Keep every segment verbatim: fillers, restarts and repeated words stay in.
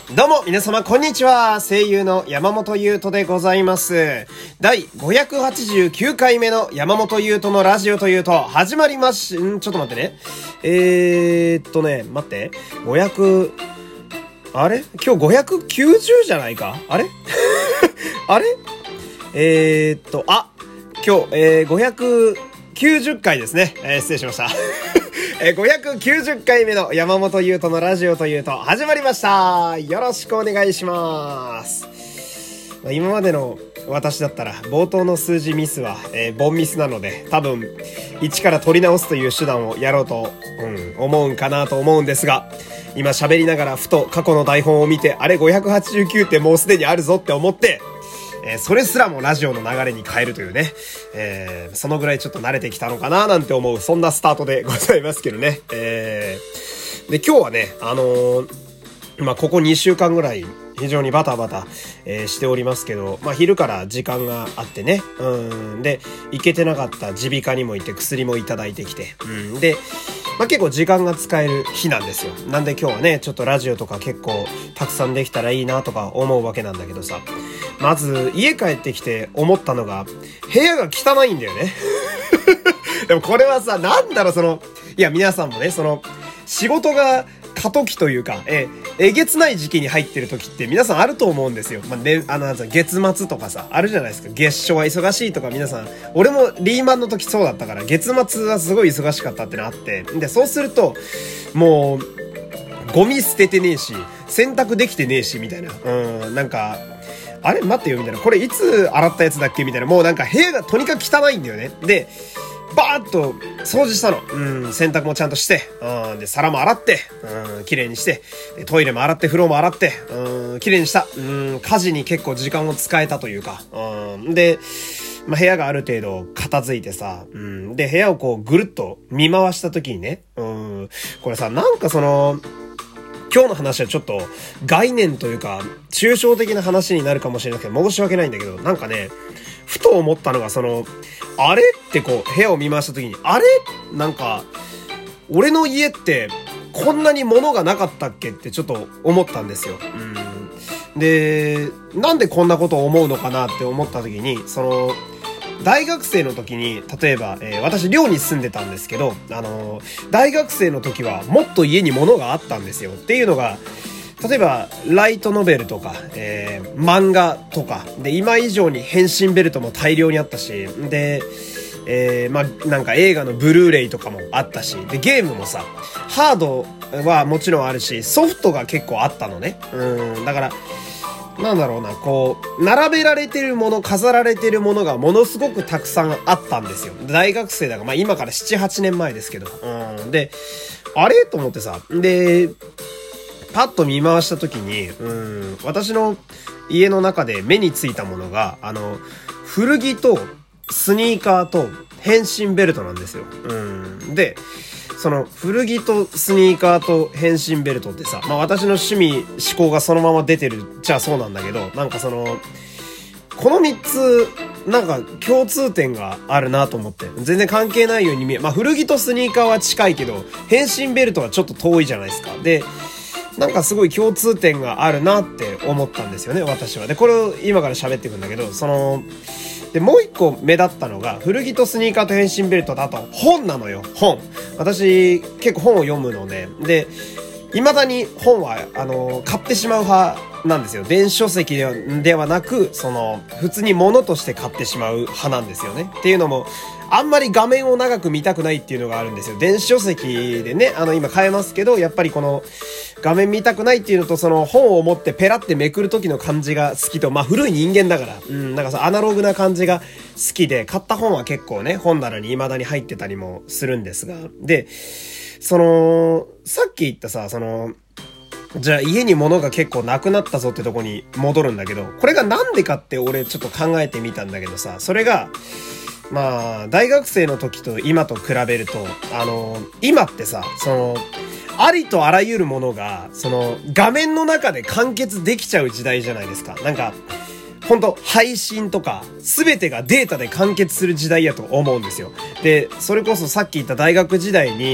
どうも皆様こんにちは。声優の山本優斗でございます。だいごひゃくはちじゅうきゅうかいめの山本優斗のラジオというと始まりまし、んちょっと待ってね。えーっとね、待って。ごひゃく、あれ今日ごひゃくきゅうじゅうじゃないかあれあれえーっと、あ、今日、えー、ごひゃくきゅうじゅっかいですね。えー、失礼しました。えー、ごひゃくきゅうじゅっかいめの山本優斗のラジオというと始まりました。よろしくお願いします。今までの私だったら冒頭の数字ミスは、えー、ボンミスなので多分一から取り直すという手段をやろうと、うん、思うんかなと思うんですが、今喋りながらふと過去の台本を見て、あれごひゃくはちじゅうきゅうってもうすでにあるぞって思って、えー、それすらもラジオの流れに変えるというね、えー、そのぐらいちょっと慣れてきたのかななんて思う、そんなスタートでございますけどね。えー、で今日はね、あのー、まあここにしゅうかんぐらい非常にバタバタ、えー、しておりますけど、まあ昼から時間があってね、うんで行けてなかった耳鼻科にも行って薬もいただいてきて、うんでまあ、結構時間が使える日なんですよ。なんで今日はね、ちょっとラジオとか結構たくさんできたらいいなとか思うわけなんだけどさ、まず家帰ってきて思ったのが部屋が汚いんだよね。でもこれはさ、なんだろう、そのいや皆さんもね、その仕事が過渡期というか、え、えげつない時期に入ってる時って皆さんあると思うんですよ。まあ、ね、あの、月末とかさ、あるじゃないですか。月初は忙しいとか皆さん、俺もリーマンの時そうだったから、月末はすごい忙しかったってのあって、で、そうすると、もう、ゴミ捨ててねえし、洗濯できてねえし、みたいな。うん、なんか、あれ待ってよ、みたいな。これいつ洗ったやつだっけみたいな。もうなんか部屋がとにかく汚いんだよね。で、バーッと掃除したの。うん、洗濯もちゃんとして、うん、で、皿も洗って、うん、綺麗にして、トイレも洗って、風呂も洗って、うん、綺麗にした。うん、家事に結構時間を使えたというか、うん、で、まあ、部屋がある程度片付いてさ、うん、で、部屋をこうぐるっと見回した時にね、うん、これさ、なんかその、今日の話はちょっと概念というか抽象的な話になるかもしれなくて申し訳ないんだけど、なんかね、ふと思ったのが、そのあれってこう部屋を見回した時に、あれなんか俺の家ってこんなに物がなかったっけってちょっと思ったんですよ。うんで、なんでこんなことを思うのかなって思った時に、その大学生の時に、例えば、えー、私寮に住んでたんですけど、あのー、大学生の時はもっと家に物があったんですよ。っていうのが、例えばライトノベルとか、えー、漫画とかで、今以上に変身ベルトも大量にあったし、で、えー、まあなんか映画のブルーレイとかもあったし、でゲームもさ、ハードはもちろんあるし、ソフトが結構あったのね。うんだからなんだろうな、こう並べられてるもの、飾られてるものがものすごくたくさんあったんですよ。大学生だから、まあ今からななはちねんまえですけど、うんで、あれと思ってさ、でパッと見回した時に、うん私の家の中で目についたものが、あの古着とスニーカーと変身ベルトなんですよ。うんで、その古着とスニーカーと変身ベルトってさ、まあ私の趣味思考がそのまま出てるじゃあそうなんだけど、なんかそのこのみっつなんか共通点があるなと思って、全然関係ないように見え、まあ古着とスニーカーは近いけど変身ベルトはちょっと遠いじゃないですか。で、なんかすごい共通点があるなって思ったんですよね、私は。で、これを今から喋っていくんだけど、そのでもう一個目立ったのが、古着とスニーカーと変身ベルトと、あと本なのよ。本。私結構本を読むのね。で、未だに本はあの買ってしまう派なんですよ。電子書籍では、ではなく、その普通に物として買ってしまう派なんですよね。っていうのも、あんまり画面を長く見たくないっていうのがあるんですよ。電子書籍でね、あの今買えますけど、やっぱりこの画面見たくないっていうのと、その本を持ってペラってめくる時の感じが好きと、まあ古い人間だから、うん、なんかさ、アナログな感じが好きで、買った本は結構ね、本棚に未だに入ってたりもするんですが、で、その、さっき言ったさ、その、じゃあ家に物が結構なくなったぞってとこに戻るんだけど、これがなんでかって俺ちょっと考えてみたんだけどさ、それが、まあ大学生の時と今と比べると、あの今ってさ、そのありとあらゆるものがその画面の中で完結できちゃう時代じゃないですか。なんかほんと配信とか全てがデータで完結する時代やと思うんですよ。で、それこそさっき言った大学時代に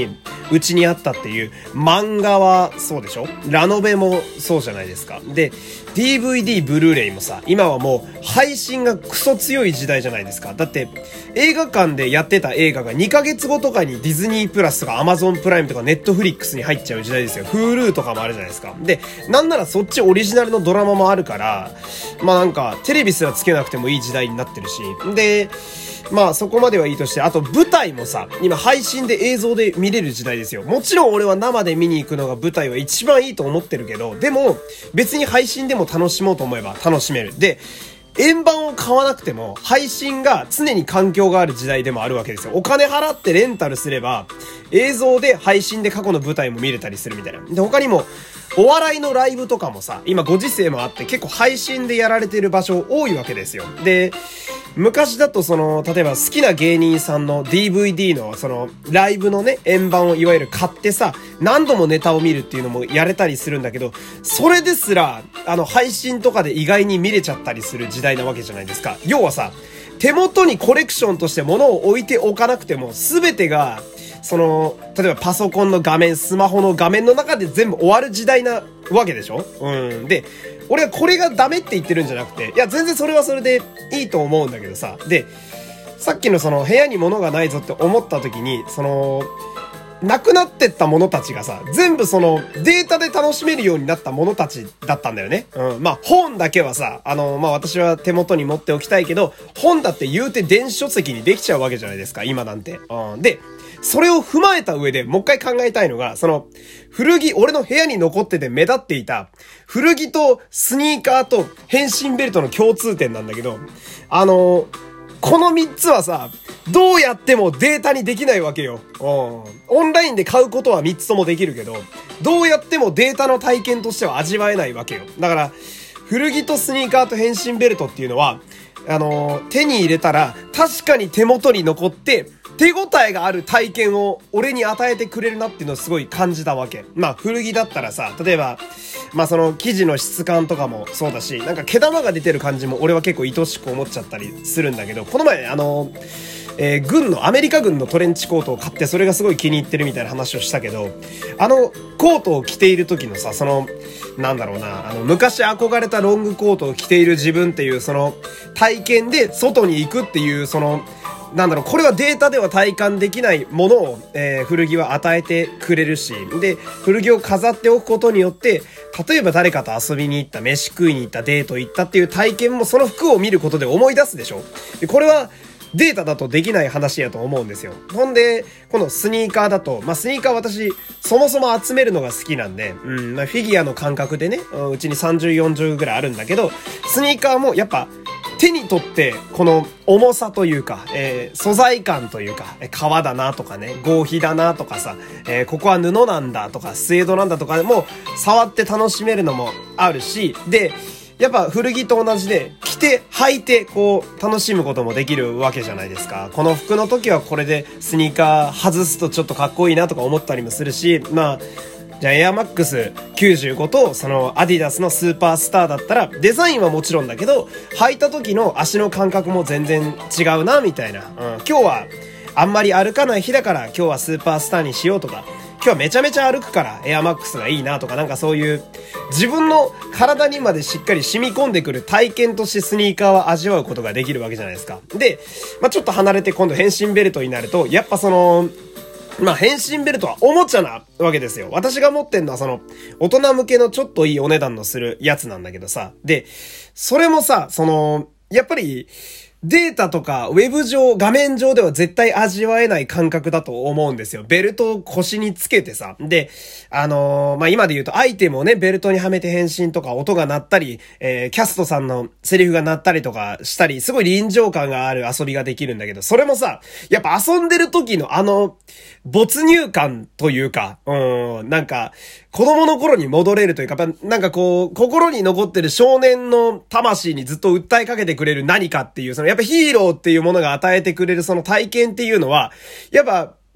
うちにあったっていう、漫画はそうでしょ？ラノベもそうじゃないですか。で、ディーブイディー、ブルーレイもさ、今はもう配信がクソ強い時代じゃないですか。だって、映画館でやってた映画がにかげつごとかにディズニープラスとかアマゾンプライムとかネットフリックスに入っちゃう時代ですよ。Hulu とかもあるじゃないですか。で、なんならそっちオリジナルのドラマもあるから、まあなんか、テレビすらつけなくてもいい時代になってるし。で、まあそこまではいいとして、あと舞台もさ、今配信で映像で見れる時代ですよ。もちろん俺は生で見に行くのが舞台は一番いいと思ってるけど、でも別に配信でも楽しもうと思えば楽しめる。で、円盤を買わなくても配信が常に環境がある時代でもあるわけですよ。お金払ってレンタルすれば映像で配信で過去の舞台も見れたりするみたいな。で、他にもお笑いのライブとかもさ、今ご時世もあって結構配信でやられてる場所多いわけですよ。で、昔だとその、例えば好きな芸人さんの ディーブイディー のその、ライブのね、円盤をいわゆる買ってさ、何度もネタを見るっていうのもやれたりするんだけど、それですら、あの、配信とかで意外に見れちゃったりする時代なわけじゃないですか。要はさ、手元にコレクションとして物を置いておかなくても、すべてが、その、例えばパソコンの画面、スマホの画面の中で全部終わる時代なわけでしょ？うん。で、俺はこれがダメって言ってるんじゃなくて、いや、全然それはそれでいいと思うんだけどさ。で、さっきのその部屋に物がないぞって思った時に、その、なくなってったものたちがさ、全部そのデータで楽しめるようになったものたちだったんだよね。うん。まあ本だけはさ、あの、まあ私は手元に持っておきたいけど、本だって言うて電子書籍にできちゃうわけじゃないですか、今なんて。うん。で、それを踏まえた上でもう一回考えたいのが、その、古着、俺の部屋に残ってて目立っていた、古着とスニーカーと変身ベルトの共通点なんだけど、あの、この三つはさ、どうやってもデータにできないわけよ。うん。オンラインで買うことは三つともできるけど、どうやってもデータの体験としては味わえないわけよ。だから、古着とスニーカーと変身ベルトっていうのは、あの、手に入れたら確かに手元に残って、手応えがある体験を俺に与えてくれるなっていうのをすごい感じたわけ。まあ古着だったらさ、例えば、まあその生地の質感とかもそうだし、なんか毛玉が出てる感じも俺は結構愛しく思っちゃったりするんだけど、この前あの、えー、軍の、アメリカ軍のトレンチコートを買ってそれがすごい気に入ってるみたいな話をしたけど、あのコートを着ている時のさ、その、なんだろうな、あの昔憧れたロングコートを着ている自分っていうその体験で外に行くっていうその、なんだろう、これはデータでは体感できないものを、えー、古着は与えてくれるし、で、古着を飾っておくことによって、例えば誰かと遊びに行った、飯食いに行った、デート行ったっていう体験もその服を見ることで思い出すでしょ。で、これはデータだとできない話やと思うんですよ。ほんで、このスニーカーだと、まあ、スニーカー私、そもそも集めるのが好きなんで、うん、まあ、フィギュアの感覚でね、うちにさんじゅう、よんじゅうぐらいあるんだけど、スニーカーもやっぱ、手に取ってこの重さというか、えー、素材感というか、革だなとかね、合皮だなとかさ、えー、ここは布なんだとかスエードなんだとかでも触って楽しめるのもあるし、でやっぱ古着と同じで着て履いてこう楽しむこともできるわけじゃないですか。この服の時はこれでスニーカー外すとちょっとかっこいいなとか思ったりもするし、まあじゃあエアマックスきゅうじゅうごとそのアディダスのスーパースターだったらデザインはもちろんだけど履いた時の足の感覚も全然違うなみたいな、うん、今日はあんまり歩かない日だから今日はスーパースターにしようとか、今日はめちゃめちゃ歩くからエアマックスがいいなとか、なんかそういう自分の体にまでしっかり染み込んでくる体験としてスニーカーは味わうことができるわけじゃないですか。で、まあ、ちょっと離れて今度変身ベルトになるとやっぱそのまあ、変身ベルトはおもちゃなわけですよ。私が持ってんのはその、大人向けのちょっといいお値段のするやつなんだけどさ。で、それもさ、その、やっぱり、データとかウェブ上、画面上では絶対味わえない感覚だと思うんですよ。ベルトを腰につけてさ。で、あのー、まあ、今で言うとアイテムをね、ベルトにはめて変身とか音が鳴ったり、えー、キャストさんのセリフが鳴ったりとかしたり、すごい臨場感がある遊びができるんだけど、それもさ、やっぱ遊んでる時のあの、没入感というか、うん、なんか、子供の頃に戻れるというか、なんかこう、心に残ってる少年の魂にずっと訴えかけてくれる何かっていう、そのやっぱヒーローっていうものが与えてくれるその体験っていうのは、やっぱ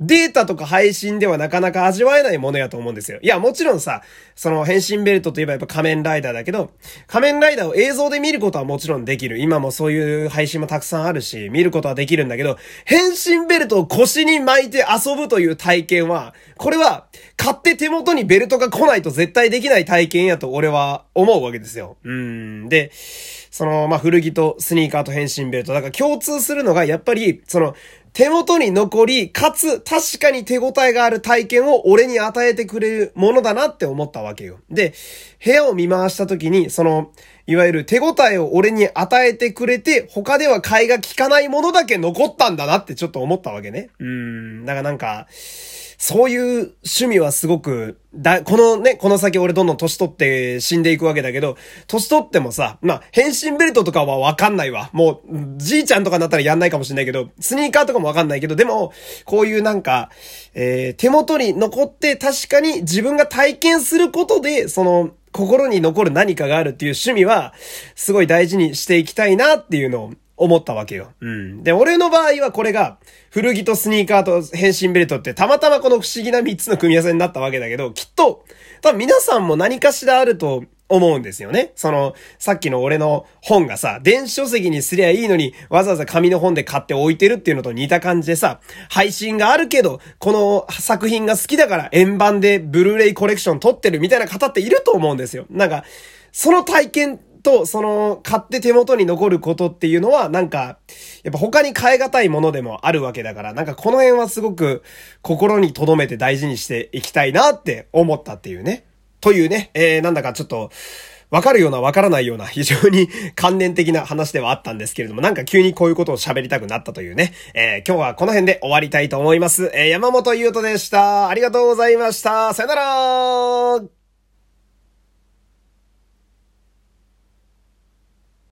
データとか配信ではなかなか味わえないものやと思うんですよ。いや、もちろんさ、その変身ベルトといえばやっぱ仮面ライダーだけど、仮面ライダーを映像で見ることはもちろんできる。今もそういう配信もたくさんあるし、見ることはできるんだけど、変身ベルトを腰に巻いて遊ぶという体験は、これは、買って手元にベルトが来ないと絶対できない体験やと俺は思うわけですよ。うーん。で、その、まあ、古着とスニーカーと変身ベルト。だから共通するのが、やっぱり、その、手元に残り、かつ、確かに手応えがある体験を俺に与えてくれるものだなって思ったわけよ。で、部屋を見回した時に、その、いわゆる手応えを俺に与えてくれて、他では買いが利かないものだけ残ったんだなってちょっと思ったわけね。うーん。だからなんか、そういう趣味はすごく、だ、このね、この先俺どんどん年取って死んでいくわけだけど、年取ってもさ、まあ、変身ベルトとかはわかんないわ。もう、じいちゃんとかになったらやんないかもしれないけど、スニーカーとかもわかんないけど、でも、こういうなんか、えー、手元に残って確かに自分が体験することで、その、心に残る何かがあるっていう趣味は、すごい大事にしていきたいなっていうのを、思ったわけよ。うん。で、俺の場合はこれが、古着とスニーカーと変身ベルトってたまたまこの不思議なみっつの組み合わせになったわけだけど、きっと、多分皆さんも何かしらあると思うんですよね。その、さっきの俺の本がさ、電子書籍にすりゃいいのに、わざわざ紙の本で買って置いてるっていうのと似た感じでさ、配信があるけど、この作品が好きだから円盤でブルーレイコレクション撮ってるみたいな方っていると思うんですよ。なんか、その体験と、その、買って手元に残ることっていうのは、なんか、やっぱ他に変え難いものでもあるわけだから、なんかこの辺はすごく心に留めて大事にしていきたいなって思ったっていうね。というね、えー、なんだかちょっと、わかるようなわからないような非常に関連的な話ではあったんですけれども、なんか急にこういうことを喋りたくなったというね。えー、今日はこの辺で終わりたいと思います。えー、山本優斗でした。ありがとうございました。さよなら。